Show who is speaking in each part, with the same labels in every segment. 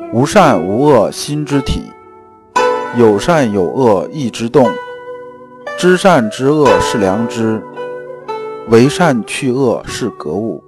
Speaker 1: 无善无恶心之体，有善有恶意之动。知善知恶是良知，为善去恶是格物。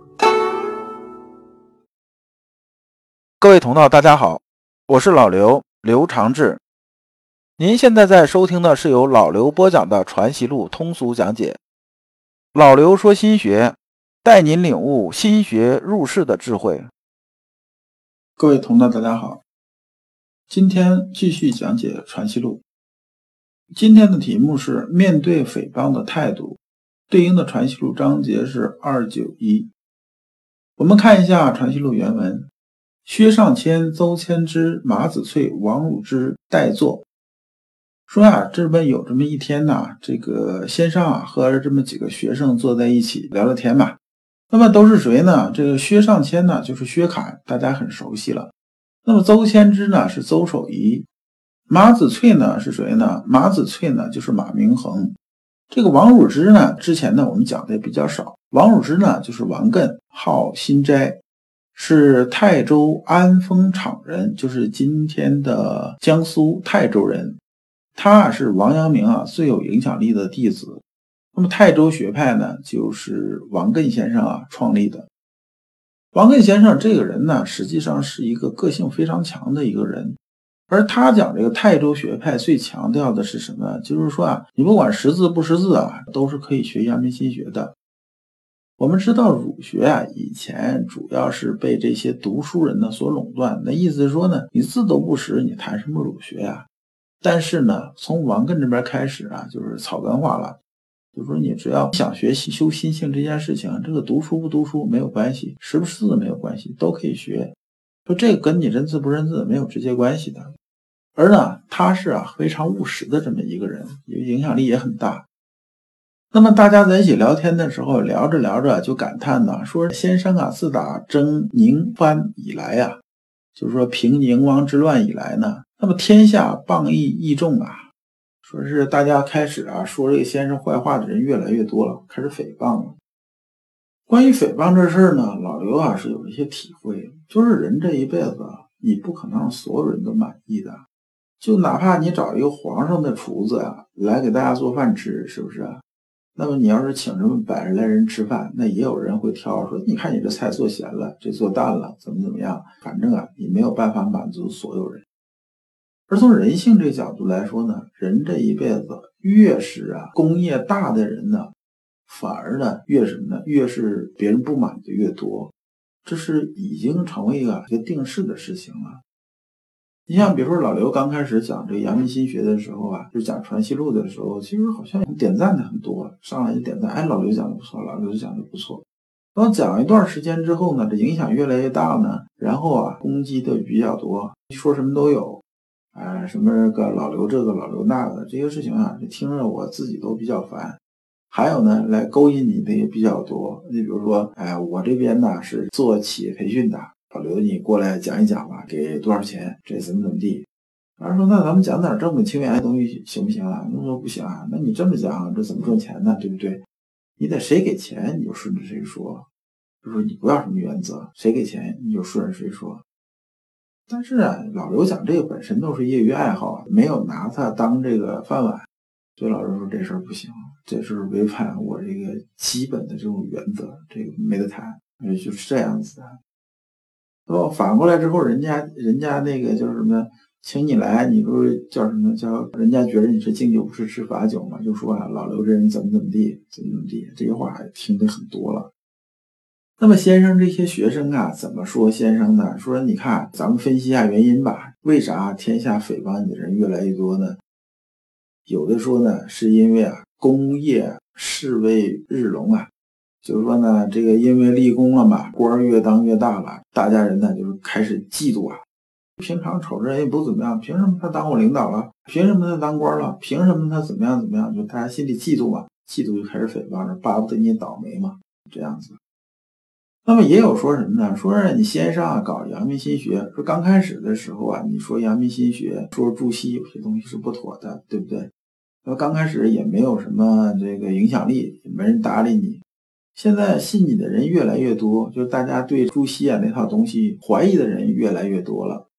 Speaker 1: 各位同道大家好，我是老刘，刘长志。您现在在收听的是由老刘播讲的《传习录》通俗讲解。老刘说心学，带您领悟心学入世的智慧。各位同道大家好，今天继续讲解《传习录》。今天的题目是面对诽谤的态度，对应的《传习录》章节是291。我们看一下《传习录》原文：薛尚谦、邹谦之、马子翠、王汝之代坐。说这边有这么一天这个先生和这么几个学生坐在一起聊聊天嘛。那么都是谁呢？这个薛尚谦就是薛侃，大家很熟悉了。那么邹谦之是邹守仪。马子翠是谁呢？马子翠就是马明衡。这个王汝之之前我们讲的也比较少。王汝之就是王艮，号新斋，是泰州安丰场人，就是今天的江苏泰州人。他是王阳明最有影响力的弟子。那么泰州学派就是王艮先生创立的。王艮先生这个人实际上是一个个性非常强的一个人。而他讲这个泰州学派最强调的是什么？就是说你不管识字不识字都是可以学阳明心学的。我们知道儒学以前主要是被这些读书人所垄断，那意思是说你字都不识，你谈什么儒学但是从王艮这边开始就是草根化了，就是说你只要想学习修心性这件事情，这个读书不读书没有关系，识不识字没有关系，都可以学。说这个跟你认字不认字没有直接关系的。而他是非常务实的这么一个人，影响力也很大。那么大家在一起聊天的时候，聊着聊着就感叹说先生自打征宁藩以来就是说平宁王之乱以来那么天下谤议益众说是大家开始说这个先生坏话的人越来越多了，开始诽谤了。关于诽谤这事儿老刘是有一些体会，就是人这一辈子你不可能让所有人都满意的。就哪怕你找一个皇上的厨子来给大家做饭吃，是不是那么你要是请这么100来人吃饭，那也有人会挑说，你看你这菜做咸了，这做淡了，怎么样，反正你没有办法满足所有人。而从人性这个角度来说人这一辈子越是功业大的人反而越什么越是别人不满的越多，这是已经成为一个定式的事情了。你像比如说老刘刚开始讲这个阳明心学的时候就讲传习录的时候，其实好像点赞的很多，上来就点赞，老刘讲的不错，老刘讲的不错。然后讲一段时间之后这影响越来越大然后攻击的比较多，说什么都有什么个老刘这个老刘那个，这些事情就听着我自己都比较烦。还有来勾引你的也比较多。你比如说我这边是做企业培训的，老刘你过来讲一讲吧，给多少钱，这怎么地。然后说那咱们讲点正本清源的东西行不行那说不行那你这么讲这怎么赚钱呢，对不对？你得谁给钱你就顺着谁说，就说你不要什么原则，谁给钱你就顺着谁说。但是老刘讲这个本身都是业余爱好没有拿它当这个饭碗，所以老刘说这事儿不行，这事儿违反我这个基本的这种原则，这个没得谈，就是这样子的。那么反过来之后，人家那个就是什么，请你来，你不是叫什么叫人家觉得你是敬酒不吃吃罚酒嘛，就说老刘这人怎么地，这些话听得很多了。那么先生这些学生怎么说先生呢？说你看咱们分析一下原因吧，为啥天下诽谤你的人越来越多呢？有的说是因为功业事为日隆就是说这个因为立功了嘛，官越当越大了，大家人就是开始嫉妒平常瞅着人也不怎么样，凭什么他当我领导了？凭什么他当官了？凭什么他怎么样？就大家心里嫉妒嫉妒就开始诽谤了，巴不得你倒霉嘛，这样子。那么也有说什么呢？说是你先生搞阳明心学，说刚开始的时候你说阳明心学，说注释有些东西是不妥的，对不对？那刚开始也没有什么这个影响力，也没人搭理你。现在信你的人越来越多，就是大家对注释那套东西怀疑的人越来越多了。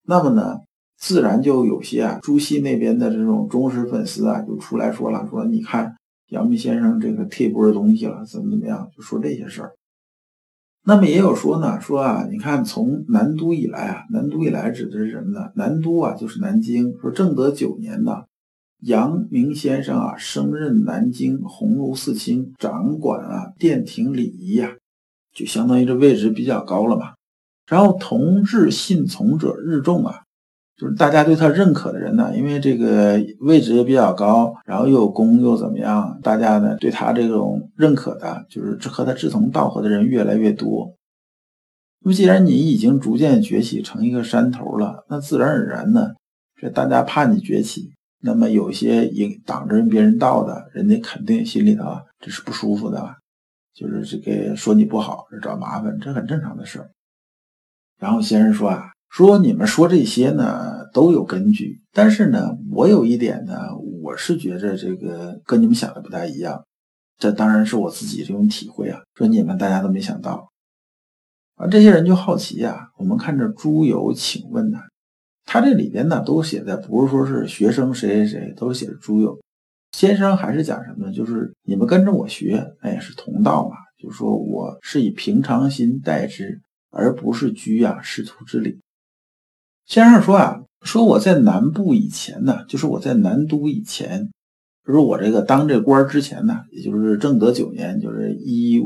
Speaker 1: 那么呢，自然就有些朱熹那边的这种忠实粉丝就出来说了，说你看阳明先生这个忒不是东西了，怎么样，就说这些事儿。那么也有说呢，说你看从南都以来南都以来指的是什么呢？南都就是南京。说正德9年呢，阳明先生升任南京鸿胪寺卿，掌管殿廷礼仪就相当于这位置比较高了嘛。然后同治信从者日众就是大家对他认可的人呢，因为这个位置也比较高，然后又有功又怎么样，大家呢对他这种认可的，就是和他志同道合的人越来越多。那么既然你已经逐渐崛起成一个山头了，那自然而然呢，这大家怕你崛起，那么有些挡着别人道的，人家肯定心里头这是不舒服的，就是这个说你不好，找麻烦，这很正常的事儿。然后先生说你们说这些呢都有根据，但是呢我有一点呢，我是觉着这个跟你们想的不太一样，这当然是我自己这种体会说你们大家都没想到这些人就好奇我们看着诸有请问他这里边呢都写的不是说是学生谁谁谁，都是写着诸有。先生还是讲什么呢？就是你们跟着我学，那也是同道嘛，就是说我是以平常心待之，而不是居仕途之礼。先生说我在南部以前呢，就是我在南都以前，就是我这个当这官之前呢，也就是正德9年，就是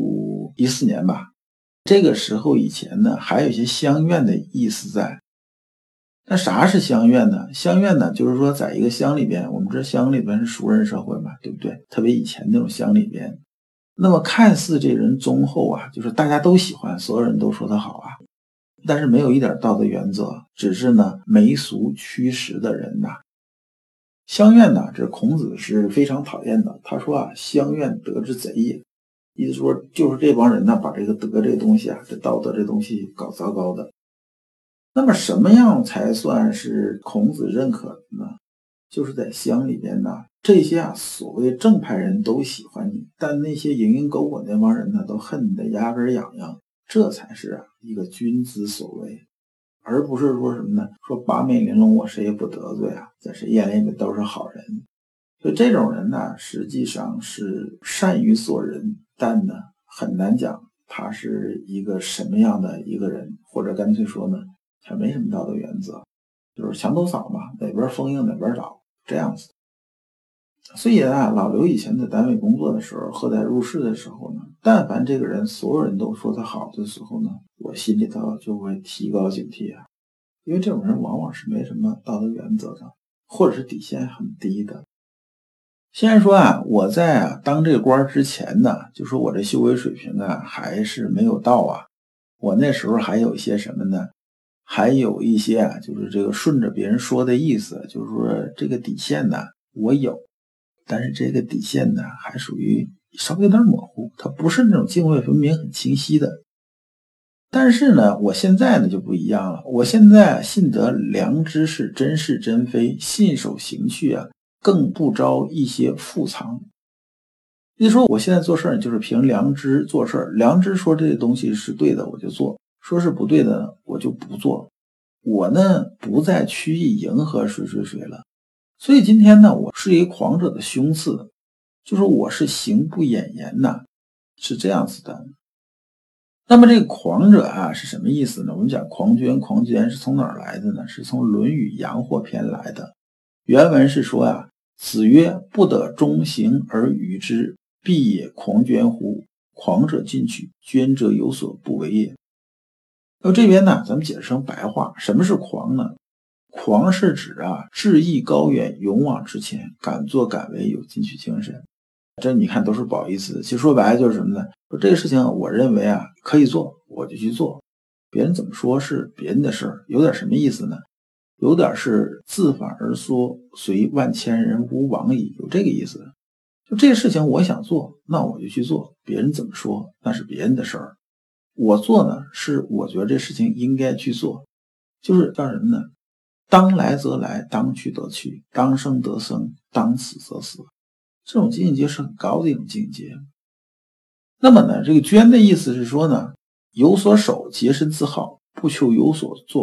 Speaker 1: 1514年吧。这个时候以前呢，还有一些乡愿的意思在。那啥是乡愿呢？乡愿呢，就是说在一个乡里边，我们知道乡里边是熟人社会嘛，对不对？特别以前那种乡里边，那么看似这人忠厚就是大家都喜欢，所有人都说他好但是没有一点道德原则，只是呢媚俗驱使的人乡愿这孔子是非常讨厌的。他说乡愿德之贼也，意思说就是这帮人把这个德这个东西这道德这东西搞糟糕的。那么什么样才算是孔子认可的呢？就是在乡里边这些所谓正派人都喜欢你，但那些蝇营狗苟那帮人都恨你的牙根痒痒，这才是一个君子所为，而不是说什么呢？说八面玲珑我谁也不得罪在谁眼里面都是好人。所以这种人实际上是善于做人，但呢很难讲他是一个什么样的一个人，或者干脆说呢他没什么道德原则，就是墙头草嘛，哪边风硬哪边倒这样子。所以老刘以前在单位工作的时候，或在入室的时候呢，但凡这个人所有人都说他好的时候呢，我心里头就会提高警惕因为这种人往往是没什么道德原则的，或者是底线很低的。先说我在当这个官之前呢，就说我这修为水平还是没有到我那时候还有一些什么呢？还有一些就是这个顺着别人说的意思，就是说这个底线呢我有，但是这个底线呢还属于稍微有点模糊，它不是那种泾渭分明很清晰的。但是呢我现在呢就不一样了，我现在信得良知是真是真非，信守行去更不招一些附藏。也就是说我现在做事就是凭良知做事，良知说这个东西是对的我就做，说是不对的我就不做。我呢不再曲意迎合谁了。所以今天呢我是一个狂者的凶刺，就是我是行不掩言是这样子的。那么这个狂者是什么意思呢？我们讲狂狷是从哪儿来的呢？是从《论语阳货篇》来的。原文是说子曰不得中行而与之，必也狂狷乎？狂者进取，狷者有所不为也。这边呢咱们解释成白话，什么是狂呢？狂是指志意高远，勇往直前，敢作敢为，有进取精神。这你看都是褒义词，其实说白了就是什么呢？说这个事情我认为可以做，我就去做，别人怎么说是别人的事儿。有点什么意思呢？有点是自反而缩，随万千人吾往矣，有这个意思。就这个事情我想做，那我就去做，别人怎么说那是别人的事儿。我做呢是我觉得这事情应该去做，就是叫什么呢？当来则来，当去则去，当生则生，当死则死。这种境界是很高的一种境界。那么呢，这个狷的意思是说呢，有所守，洁身自好，不求有所作为，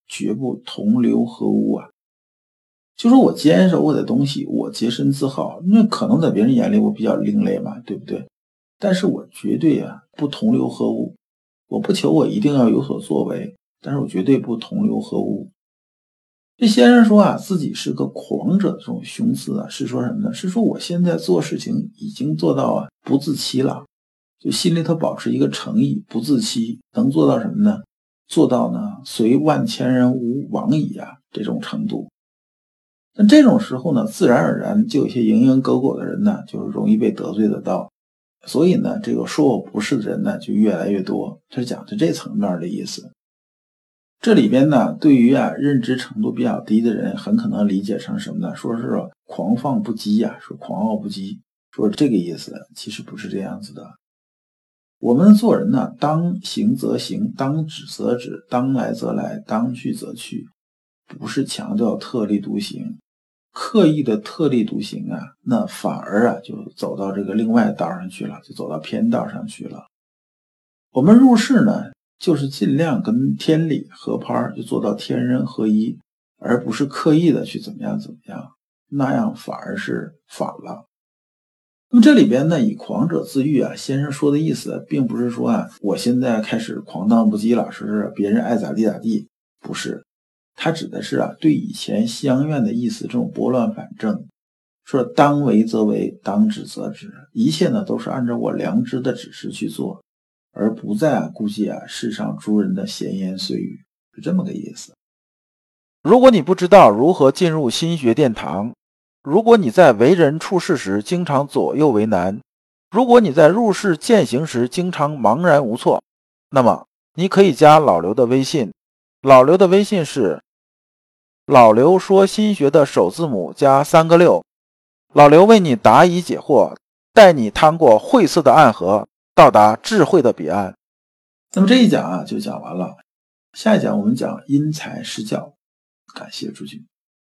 Speaker 1: 绝不同流合污啊。就说我坚守我的东西，我洁身自好，那可能在别人眼里我比较另类嘛，对不对？但是我绝对不同流合污，我不求我一定要有所作为，但是我绝对不同流合污。这先生说自己是个狂者的这种胸词是说什么呢？是说我现在做事情已经做到不自欺了，就心里头保持一个诚意，不自欺，能做到什么呢？做到呢随万千人吾往矣这种程度。那这种时候呢，自然而然就有些蝇营狗苟的人呢，就是容易被得罪得到。所以呢，这个说我不是的人呢，就越来越多。他是讲的这层面的意思。这里边呢，对于认知程度比较低的人，很可能理解成什么呢？说是狂放不羁说狂傲不羁，说这个意思，其实不是这样子的。我们做人呢，当行则行，当止则止，当来则来，当去则去，不是强调特立独行。刻意的特立独行那反而就走到这个另外道上去了，就走到偏道上去了。我们入世呢，就是尽量跟天理合拍，就做到天人合一，而不是刻意的去怎么样，那样反而是反了。那么这里边呢，以狂者自喻先生说的意思，并不是说我现在开始狂荡不羁了，说是别人爱咋地咋地，不是。他指的是对以前相愿的意思，这种拨乱反正，说当为则为，当止则止，一切呢都是按照我良知的指示去做，而不再顾忌世上诸人的闲言碎语，是这么个意思。如果你不知道如何进入心学殿堂，如果你在为人处事时经常左右为难，如果你在入世践行时经常茫然无措，那么你可以加老刘的微信，老刘的微信是老刘说心学的首字母加3个6，老刘为你答疑解惑，带你趟过晦涩的暗河，到达智慧的彼岸。那么这一讲就讲完了，下一讲我们讲因材施教。感谢诸君。